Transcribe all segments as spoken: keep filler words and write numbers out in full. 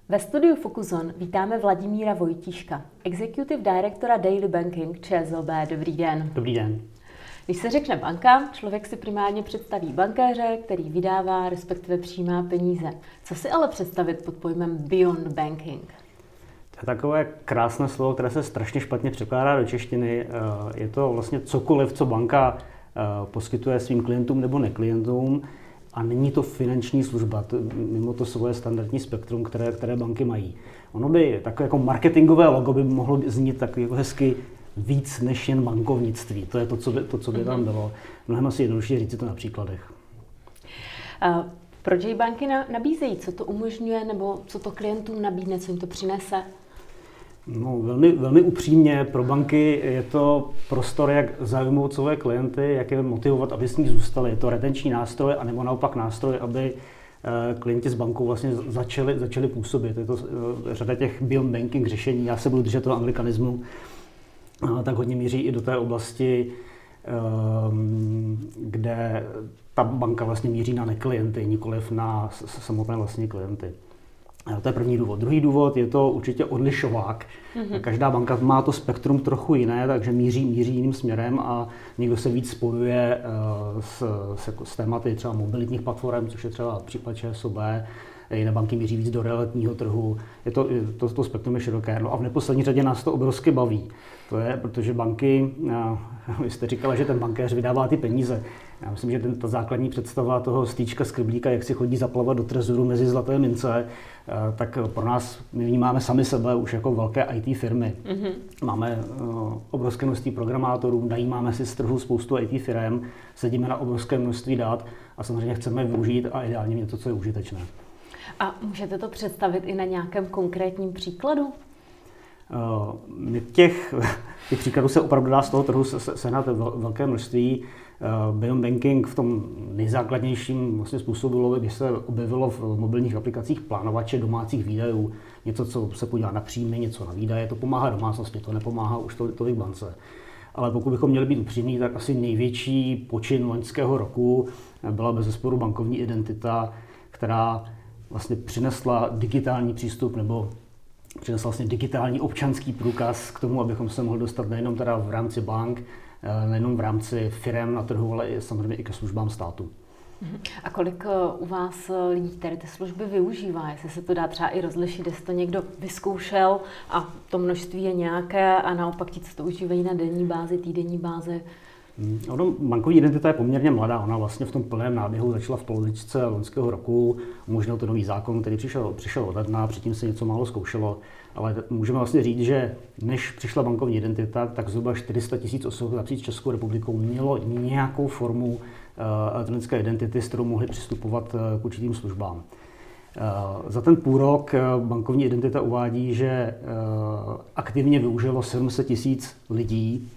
Ve studiu Focus.on vítáme Vladimíra Vojtíška, executive directora Daily Banking ČSOB. Dobrý den. Dobrý den. Když se řekne banka, člověk si primárně představí bankéře, který vydává, respektive přijímá peníze. Co si ale představit pod pojmem beyond banking? To je takové krásné slovo, které se strašně špatně překládá do češtiny. Je to vlastně cokoliv, co banka poskytuje svým klientům nebo neklientům. A není to finanční služba, to, mimo to svoje standardní spektrum, které, které banky mají. Ono by takové jako marketingové logo by mohlo znít tak jako hezky víc než jen bankovnictví. To je to, co by, to, co by tam bylo. Mnohem asi jednodušší říct si to na příkladech. Uh, proč jej banky nabízejí? Co to umožňuje nebo co to klientům nabídne, co jim to přinese? No, velmi, velmi upřímně, pro banky je to prostor, jak zaujmout své klienty, jak je motivovat, aby s ní zůstali. Je to retenční nástroj, anebo naopak nástroj, aby klienti s bankou vlastně začali, začali působit. Je to řada těch beyond banking řešení, já se budu držet toho anglikanismu, tak hodně míří i do té oblasti, kde ta banka vlastně míří na neklienty, nikoliv na samotné vlastně klienty. To je první důvod. Druhý důvod je to určitě odlišovák. Mm-hmm. Každá banka má to spektrum trochu jiné, takže míří, míří jiným směrem a někdo se víc spojuje s, s, s tématy třeba mobilitních platform, což je třeba případ ČSOB. Jiné banky míří víc do realitního trhu. Je to, to, to spektrum je široké. No a v neposlední řadě nás to obrovsky baví. To je, protože banky, vy jste říkala, že ten bankéř vydává ty peníze. Já myslím, že ten, ta základní představa toho stýčka skrblíka, jak si chodí zaplavat do trezoru mezi zlaté mince, tak pro nás, my vnímáme sami sebe už jako velké í té firmy. Mm-hmm. Máme obrovské množství programátorů, najímáme si z trhu spoustu í té firm, sedíme na obrovské množství dat a samozřejmě chceme využít a ideálně něco, co je užitečné. A můžete to představit i na nějakém konkrétním příkladu? My těch, těch příkladů se opravdu dá z toho trhu sehnat velké množství. Beyond banking v tom nejzákladnějším vlastně způsobu, když se objevilo v mobilních aplikacích plánovače domácích výdajů, něco, co se podívá na příjmy, něco na výdaje, to pomáhá domácnosti, to nepomáhá už tolik bance. Ale pokud bychom měli být upřímní, tak asi největší počin loňského roku byla bezesporu bankovní identita, která vlastně přinesla digitální přístup nebo přinesla vlastně digitální občanský průkaz k tomu, abychom se mohli dostat nejenom teda v rámci bank, nejenom v rámci firem na trhu, ale i samozřejmě i ke službám státu. A kolik u vás lidí tady ty služby využívá? Jestli se to dá třeba i rozlišit, jestli to někdo vyzkoušel a to množství je nějaké a naopak ti, co to užívají na denní bázi, týdenní bázi? Ono, bankovní identita je poměrně mladá, ona vlastně v tom plném náběhu začala v polovičce loňského roku, umožnil to nový zákon, který přišel, přišel od ledna, předtím se něco málo zkoušelo, ale můžeme vlastně říct, že než přišla bankovní identita, tak zhruba čtyři sta tisíc osob napříč Českou republikou mělo nějakou formu uh, elektronické identity, s kterou mohli přistupovat uh, k určitým službám. Uh, za ten půlrok uh, bankovní identita uvádí, že uh, aktivně využilo sedm set tisíc lidí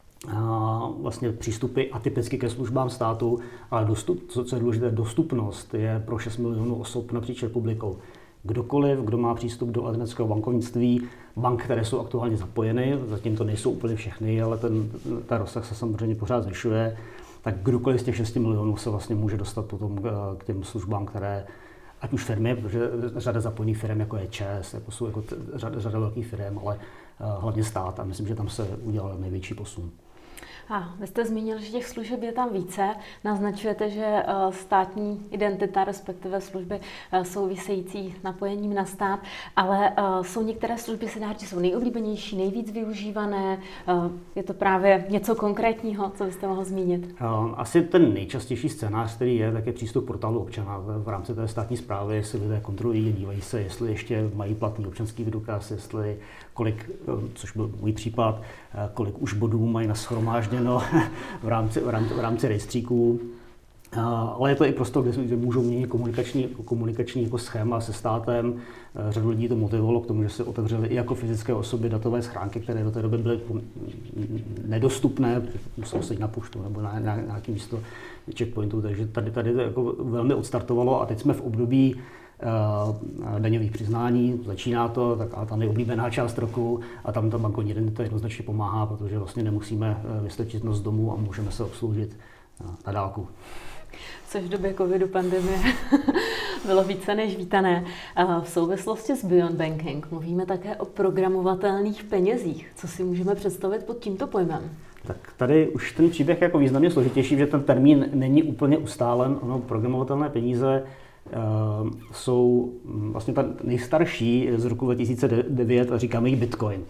a vlastně přístupy atypicky ke službám státu, ale dostup, co, co je důležité, dostupnost je pro šest milionů osob napříč republikou. Kdokoliv, kdo má přístup do elektronického bankovnictví, bank, které jsou aktuálně zapojeny, zatím to nejsou úplně všechny, ale ten, ten rozsah se samozřejmě pořád zvyšuje, tak kdokoliv z těch šesti milionů se vlastně může dostat potom k těm službám, které, ať už firmy, protože řada zapojených firm, jako je ČEZ, jako jsou jako řada, řada velkých firm, ale hlavně stát a myslím, že tam se udělal největší posun. A vy jste zmínil, že těch služeb je tam více. Naznačujete, že státní identita, respektive služby související s napojením na stát, ale jsou některé služby, se dá říct, jsou nejoblíbenější, nejvíc využívané. Je to právě něco konkrétního, co byste mohl zmínit? Asi ten nejčastější scénář, který je, tak je přístup portálu občana. V rámci té státní správy si lidé kontrolují, dívají se, jestli ještě mají platný občanský důkaz, jestli kolik, což byl můj případ, kolik už bodů mají nashromážděno v rámci, v rámci, v rámci rejstříků. Ale je to i prostor, kde můžou měnit komunikační, komunikační jako schéma se státem. Řadu lidí to motivovalo k tomu, že se otevřely i jako fyzické osoby datové schránky, které do té doby byly nedostupné, muselo se jít na poštu nebo na, na nějaké místo checkpointu, takže tady, tady to jako velmi odstartovalo a teď jsme v období uh, daňových přiznání, začíná to, taková ta nejoblíbená část roku a tam ta bankovní identita jednoznačně pomáhá, protože vlastně nemusíme vystrčit nos z domu a můžeme se obsloužit na dálku. Což v době covidu, pandemie bylo více než vítané. V souvislosti s Beyond Banking mluvíme také o programovatelných penězích. Co si můžeme představit pod tímto pojmem? Tak tady už ten příběh je jako významně složitější, že ten termín není úplně ustálen. Ono, programovatelné peníze uh, jsou vlastně ta nejstarší z roku dva tisíce devět a říkáme jí Bitcoin.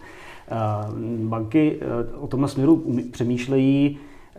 Uh, banky uh, o tomhle směru přemýšlejí,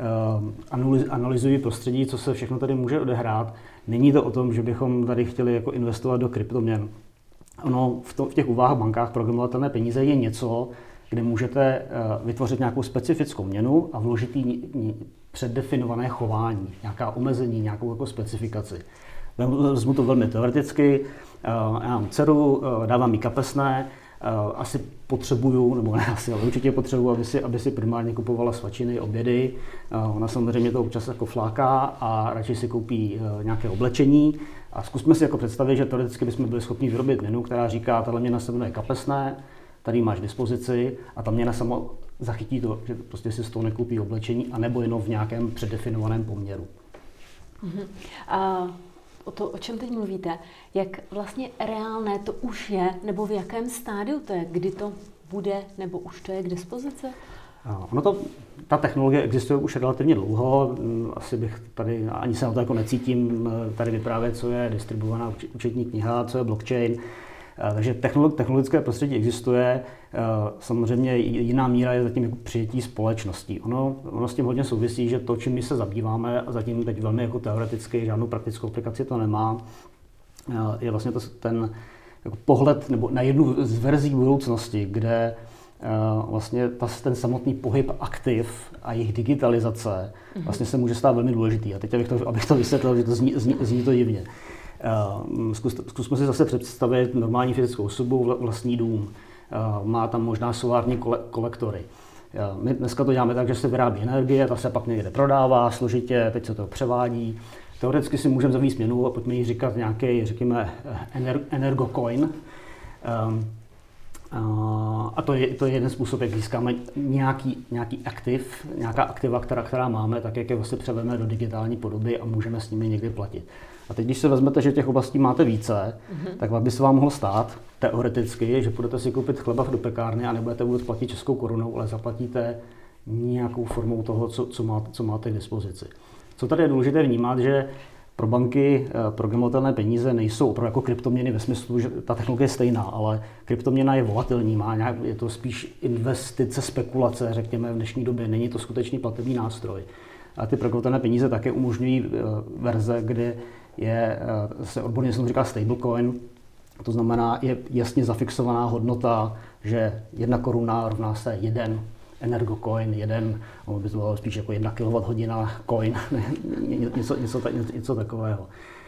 uh, analyzují prostředí, co se všechno tady může odehrát. Není to o tom, že bychom tady chtěli jako investovat do kryptoměn. Ono v, to, v těch úvahách bankách programovatelné peníze je něco, kde můžete vytvořit nějakou specifickou měnu a vložit jí předdefinované chování, nějaká omezení, nějakou jako specifikaci. Vezmu to velmi teoreticky, já mám dceru, dávám jí kapesné, asi potřebuju, nebo ne asi, ale určitě potřebuju, aby si, aby si primárně kupovala svačiny, obědy. Ona samozřejmě to občas jako fláká a radši si koupí nějaké oblečení. A zkusme si jako představit, že teoreticky bychom byli schopni vyrobit měnu, která říká, tahle měna se jmenuje kapesné, tady máš dispozici a ta měna samo zachytí to, že prostě si z toho nekoupí oblečení, anebo jenom v nějakém předdefinovaném poměru. Uh-huh. A o to, o čem teď mluvíte, jak vlastně reálné to už je, nebo v jakém stádiu to je, kdy to bude, nebo už to je k dispozici? Ono to, ta technologie existuje už relativně dlouho, asi bych tady, ani se na to jako necítím tady vyprávět, co je distribuovaná účetní kniha, co je blockchain. Takže technologické prostředí existuje, samozřejmě jiná míra je zatím jako přijetí společností. Ono, ono s tím hodně souvisí, že to, čím my se zabýváme, a zatím teď velmi jako teoreticky, žádnou praktickou aplikaci to nemá, je vlastně to, ten jako pohled nebo na jednu z verzí budoucnosti, kde vlastně ta, ten samotný pohyb aktiv a jejich digitalizace vlastně se může stát velmi důležitý. A teď abych to, abych to vysvětlil, že to zní, zní, zní to divně. Zkus, zkusme si zase představit normální fyzickou osobu, vlastní dům. Má tam možná solární kole, kolektory. My dneska to děláme tak, že se vyrábí energie, ta se pak někde prodává složitě, teď se to převádí. Teoreticky si můžeme zavést měnu a pojďme jí říkat nějaký, řekněme, energocoin. A to je, to je jeden způsob, jak získáme nějaký, nějaký aktiv, nějaká aktiva, která, která máme, tak jak je vlastně převedeme do digitální podoby a můžeme s nimi někdy platit. A teď, když se vezmete, že těch oblastí máte více, mm-hmm. tak by se vám mohlo stát, teoreticky, že budete si koupit chleba do pekárny a nebudete vůbec platit českou korunou, ale zaplatíte nějakou formou toho, co, co, máte, co máte k dispozici. Co tady je důležité vnímat, že pro banky programovatelné peníze nejsou opravdu jako kryptoměny ve smyslu, že ta technologie je stejná, ale kryptoměna je volatilní, má nějak, je to spíš investice, spekulace, řekněme v dnešní době, není to skutečný platební nástroj. A ty programovatelné peníze také umožňují verze, kde je, se odborně se říká stablecoin, to znamená, je jasně zafixovaná hodnota, že jedna koruna rovná se jeden energocoin, jeden, by to bylo spíš jako jedna kilowatthodina coin, něco, něco, něco takového.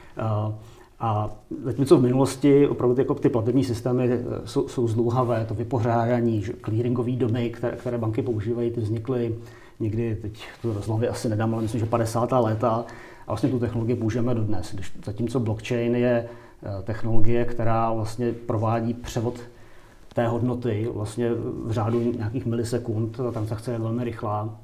A zatímco v minulosti opravdu jako ty platební systémy jsou, jsou zdlouhavé, to vypořádání, clearingové domy, které, které banky používají, ty vznikly někdy, teď to z hlavy asi nedám, ale myslím, že padesátá léta a vlastně tu technologii použijeme dodnes. Když, zatímco blockchain je technologie, která vlastně provádí převod té hodnoty vlastně v řádu nějakých milisekund, ta transakce je velmi rychlá,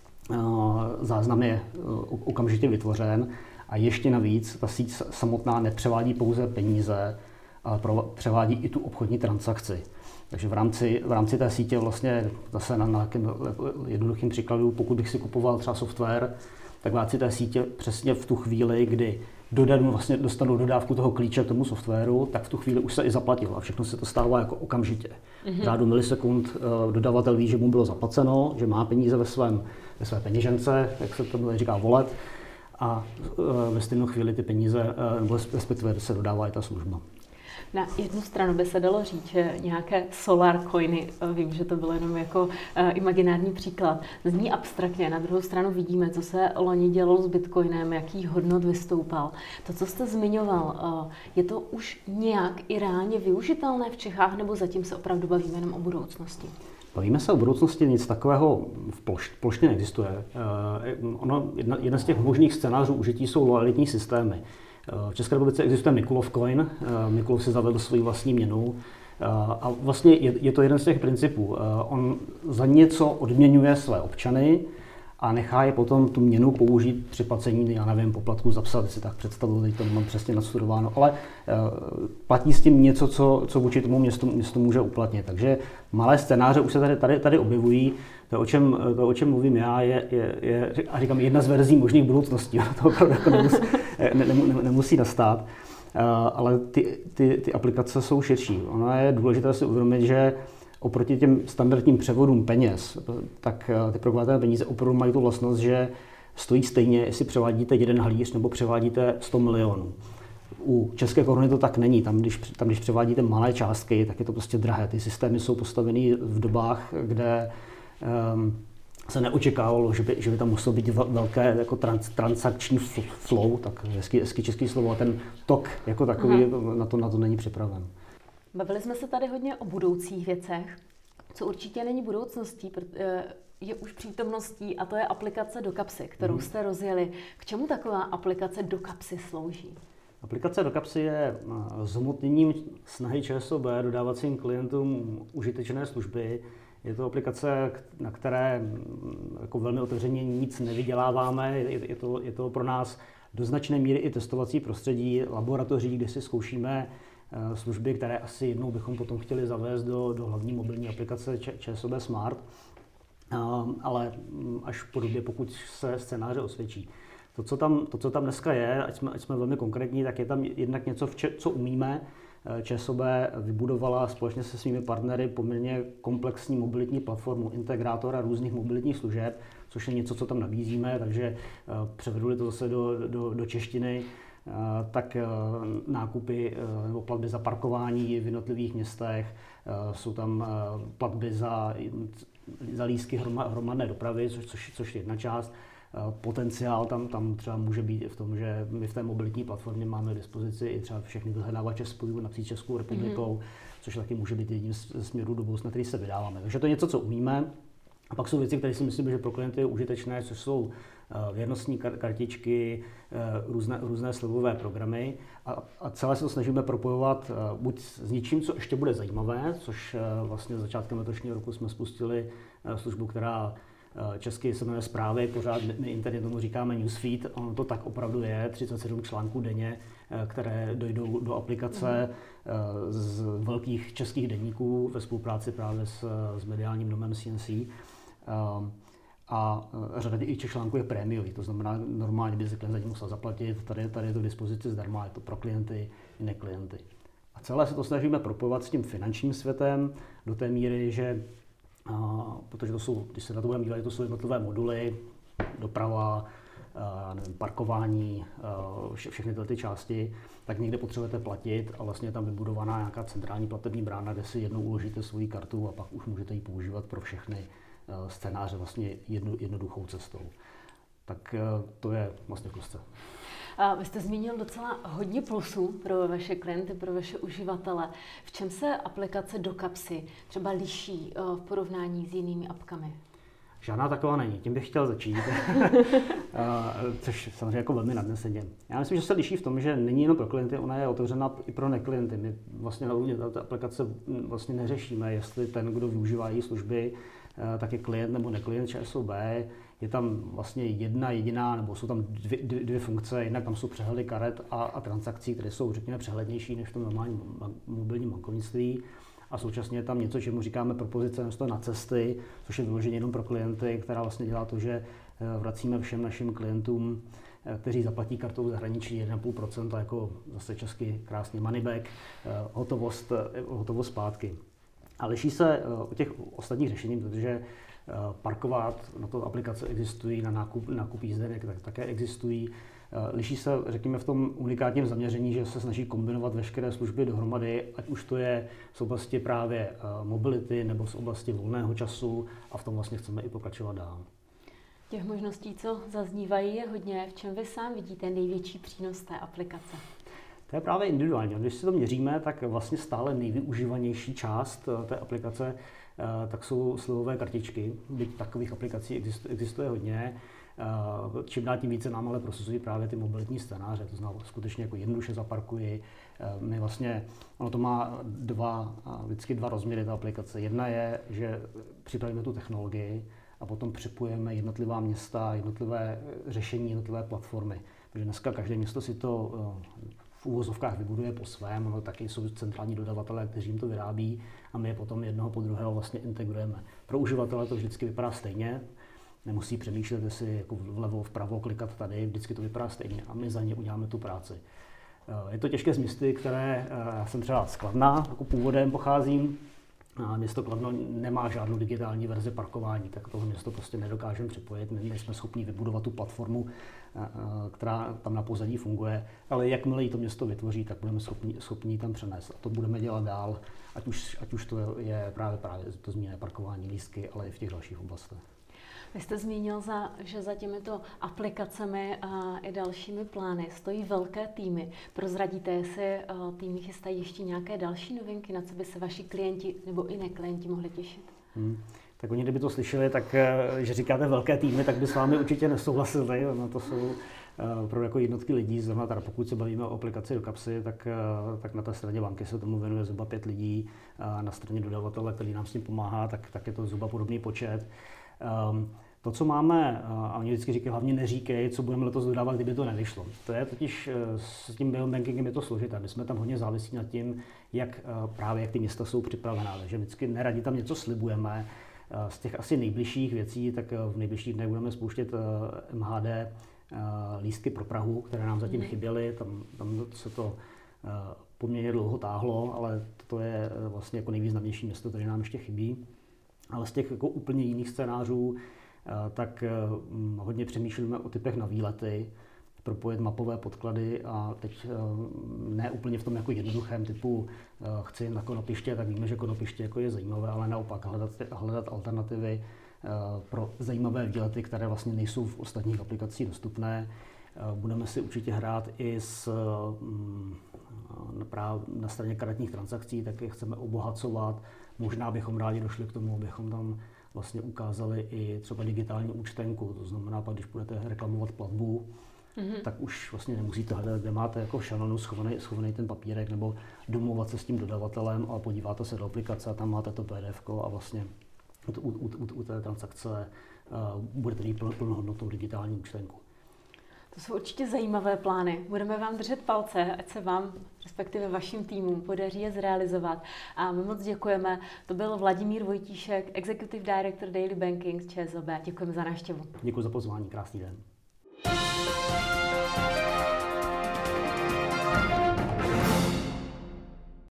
záznam je okamžitě vytvořen a ještě navíc ta síť samotná nepřevádí pouze peníze, ale převádí i tu obchodní transakci. Takže v rámci, v rámci té sítě vlastně zase na nějakém jednoduchým příkladu, pokud bych si kupoval třeba software, tak v rámci té sítě přesně v tu chvíli, kdy dodanu, vlastně dostanu dodávku toho klíče k tomu softwaru, tak v tu chvíli už se i zaplatil a všechno se to stává jako okamžitě. V řádu milisekund dodavatel ví, že mu bylo zaplaceno, že má peníze ve, svém, ve své peněžence, jak se to říká wallet, a ve stejnou chvíli ty peníze, nebo respektive se dodává i ta služba. Na jednu stranu by se dalo říct, že nějaké solar coiny, vím, že to bylo jenom jako uh, imaginární příklad, zní abstraktně. Na druhou stranu vidíme, co se loni dělalo s bitcoinem, jaký hodnot vystoupal. To, co jste zmiňoval, uh, je to už nějak i reálně využitelné v Čechách, nebo zatím se opravdu bavíme jenom o budoucnosti? Bavíme se o budoucnosti, nic takového v ploš, plošně neexistuje. Uh, ono, jedna, jeden z těch možných scénářů užití jsou loajalitní systémy. V České republice existuje Mikulov coin, Mikulov si zavedl svou vlastní měnu a vlastně je, je to jeden z těch principů. On za něco odměňuje své občany a nechá je potom tu měnu použít při placení, já nevím, poplatku zapsat, si tak představuji, teď to mám přesně nastudováno, ale uh, platí s tím něco, co, co vůči tomu městu, městu může uplatnit. Takže malé scénáře už se tady, tady, tady objevují. To, o čem, to, o čem mluvím já, je, je, je a říkám, jedna z verzí možných budoucností. To opravdu jako nemusí, ne, ne, nemusí nastat, uh, ale ty, ty, ty aplikace jsou širší. Ono je důležité si uvědomit, že oproti těm standardním převodům peněz, tak ty programovatelné peníze opravdu mají tu vlastnost, že stojí stejně, jestli převádíte jeden halíř nebo převádíte sto milionů. U české koruny to tak není. Tam když, tam, když převádíte malé částky, tak je to prostě drahé. Ty systémy jsou postaveny v dobách, kde um, se neočekávalo, že by, že by tam muselo být velké jako trans, transakční flow, tak hezky, hezky český slovo, a ten tok jako takový na to, na to není připraven. Bavili jsme se tady hodně o budoucích věcech, co určitě není budoucností, je už přítomností, a to je aplikace do kapsy, kterou jste rozjeli. K čemu taková aplikace do kapsy slouží? Aplikace do kapsy je zhmotněním snahy ČSOB dodávat svým klientům užitečné služby. Je to aplikace, na které jako velmi otevřeně nic nevyděláváme. Je, je, to, je to pro nás do značné míry i testovací prostředí, laboratoří, kde si zkoušíme služby, které asi jednou bychom potom chtěli zavést do, do hlavní mobilní aplikace ČSOB Smart, ale až v podobě, pokud se scénáře osvědčí. To, co tam, to, co tam dneska je, ať jsme, ať jsme velmi konkrétní, tak je tam jednak něco, co umíme. ČSOB vybudovala společně se svými partnery poměrně komplexní mobilitní platformu, integrátora různých mobilitních služeb, což je něco, co tam nabízíme, takže převedli to zase do, do, do češtiny, tak nákupy nebo platby za parkování v jednotlivých městech, jsou tam platby za, za lístky hromadné dopravy, což, což, což je jedna část. Potenciál tam, tam třeba může být v tom, že my v té mobilitní platformě máme k dispozici i třeba všechny vyhledávače spojů napříč Českou republikou, mm-hmm. což taky může být jedním z směrů do budoucna, který se vydáváme. Takže to je něco, co umíme. A pak jsou věci, které si myslím, že pro klienty je užitečné, což jsou věrnostní kartičky, různé, různé slevové programy. A, a celé se to snažíme propojovat buď s něčím, co ještě bude zajímavé, což vlastně začátkem letošního roku jsme spustili službu, která česky se jmenuje Zprávy, pořád my interně tomu říkáme newsfeed, ono to tak opravdu je, třicet sedm článků denně, které dojdou do aplikace mm. z velkých českých deníků ve spolupráci právě s, s mediálním domem C N C. A řada těch článků je prémiových, to znamená, normálně by se klient za ně musel zaplatit, tady, tady je to k dispozici zdarma, je to pro klienty i neklienty. A celé se to snažíme propojovat s tím finančním světem do té míry, že Uh, protože to jsou, když se na to budeme dívat, to jsou jednotlivé moduly, doprava, uh, nevím, parkování, uh, vše, všechny tyhle ty části, tak někde potřebujete platit a vlastně je tam vybudovaná nějaká centrální platební brána, kde si jednou uložíte svoji kartu a pak už můžete ji používat pro všechny uh, scénáře vlastně jedno, jednoduchou cestou. Tak uh, to je vlastně kostce. Vy jste zmínil docela hodně plusů pro vaše klienty, pro vaše uživatele. V čem se aplikace do kapsy třeba liší v porovnání s jinými apkami? Žádná taková není, tím bych chtěl začít, což samozřejmě jako velmi nadneseně. Já myslím, že se liší v tom, že není jenom pro klienty, ona je otevřena i pro neklienty. My vlastně na úrovni této aplikace vlastně neřešíme, jestli ten, kdo využívá její služby, tak je klient nebo neklient ČSOB. Je tam vlastně jedna jediná, nebo jsou tam dvě, dvě, dvě funkce, jednak tam jsou přehledy karet a, a transakcí, které jsou, řekněme, přehlednější než v tom normálním mobilním bankovnictví. A současně je tam něco, čemu říkáme propozice na cesty, což je vyloženě jenom pro klienty, která vlastně dělá to, že vracíme všem našim klientům, kteří zaplatí kartou v zahraničí jedna celá pět procenta, jako zase česky krásně money back, hotovost, hotovost zpátky. A liší se od těch ostatních řešení, protože parkovat, na to aplikace existují, na nákup, nákup jízdenek tak, také existují. Liší se, řekněme, v tom unikátním zaměření, že se snaží kombinovat veškeré služby dohromady, ať už to je z oblasti právě mobility nebo z oblasti volného času, a v tom vlastně chceme i pokračovat dál. Těch možností, co zaznívají, je hodně. V čem vy sám vidíte největší přínos té aplikace? To je právě individuální. Když si to měříme, tak vlastně stále nejvyužívanější část té aplikace tak jsou slevové kartičky. Byť takových aplikací existuje, existuje hodně. Čím dál tím více nám ale prosazují právě ty mobilitní scénáře, to znamená skutečně jako jednoduše zaparkuji. My vlastně, ono to má dva, vždycky dva rozměry ta aplikace. Jedna je, že připravíme tu technologii, a potom připojeme jednotlivá města, jednotlivé řešení, jednotlivé platformy. Protože dneska každé město si to v úvozovkách vybuduje po svém, ono taky jsou centrální dodavatelé, kteří jim to vyrábí a my je potom jednoho po druhého vlastně integrujeme. Pro uživatele to vždycky vypadá stejně, nemusí přemýšlet, jestli jako vlevo, vpravo klikat tady, vždycky to vypadá stejně a my za ně uděláme tu práci. Je to těžké z městy, které, já jsem třeba z Kladna, jako původem pocházím, a město Kladno nemá žádnou digitální verzi parkování, tak tohle město prostě nedokážeme připojit, nejsme schopni vybudovat tu platformu, která tam na pozadí funguje, ale jakmile ji to město vytvoří, tak budeme schopni, schopni tam přenést a to budeme dělat dál, ať už, ať už to je právě, právě to zmíněné parkování, lístky, ale i v těch dalších oblastech. Vy jste zmínil, za, že za těmito aplikacemi a i dalšími plány stojí velké týmy. Prozradíte, jestli týmy chystají ještě nějaké další novinky, na co by se vaši klienti nebo i neklienti mohli těšit? Hmm. Tak oni, kdyby to slyšeli, tak že říkáte velké týmy, tak by s vámi určitě nesouhlasili. No to jsou pro jako jednotky lidí, znamená, teda pokud se bavíme o aplikaci do kapsy, tak, tak na té straně banky se tomu věnuje zhruba pět lidí. Na straně dodavatele, který nám s tím pomáhá, tak, tak je to zhruba podobný počet. Um, to, co máme, a oni vždycky říkají, hlavně neříkej, co budeme letos dodávat, kdyby to nevyšlo. To je totiž s tím biobankingem je to složité. My jsme tam hodně závisí na tím, jak právě jak ty města jsou připravená. Takže vždycky neradi tam něco slibujeme. Z těch asi nejbližších věcí, tak v nejbližších dnech budeme spouštět M H D lístky pro Prahu, které nám zatím chyběly. Tam, tam se to poměrně dlouho táhlo, ale to je vlastně jako nejvýznamnější město, které nám ještě chybí. Ale z těch jako úplně jiných scénářů, tak hodně přemýšlíme o typech na výlety, propojit mapové podklady a teď ne úplně v tom jako jednoduchém typu chci na Konopiště, tak víme, že Konopiště jako je zajímavé, ale naopak hledat, hledat alternativy pro zajímavé výlety, které vlastně nejsou v ostatních aplikacích dostupné. Budeme si určitě hrát i s, na straně karetních transakcí, tak je chceme obohacovat. Možná bychom rádi došli k tomu, abychom tam vlastně ukázali i třeba digitální účtenku. To znamená, pak když budete reklamovat platbu, mm-hmm. tak už vlastně nemusíte hledat, kde máte jako šanonu schovaný, schovaný ten papírek, nebo domluvat se s tím dodavatelem a podíváte se do aplikace a tam máte to P D F ko a vlastně u, u, u, u té transakce uh, budete mít pln, plnohodnotnou digitální účtenku. To jsou určitě zajímavé plány. Budeme vám držet palce, ať se vám, respektive vašim týmům, podaří je zrealizovat. A my moc děkujeme. To byl Vladimír Vojtíšek, Executive Director Daily Banking z ČSOB. Děkujeme za návštěvu. Děkuji za pozvání, krásný den.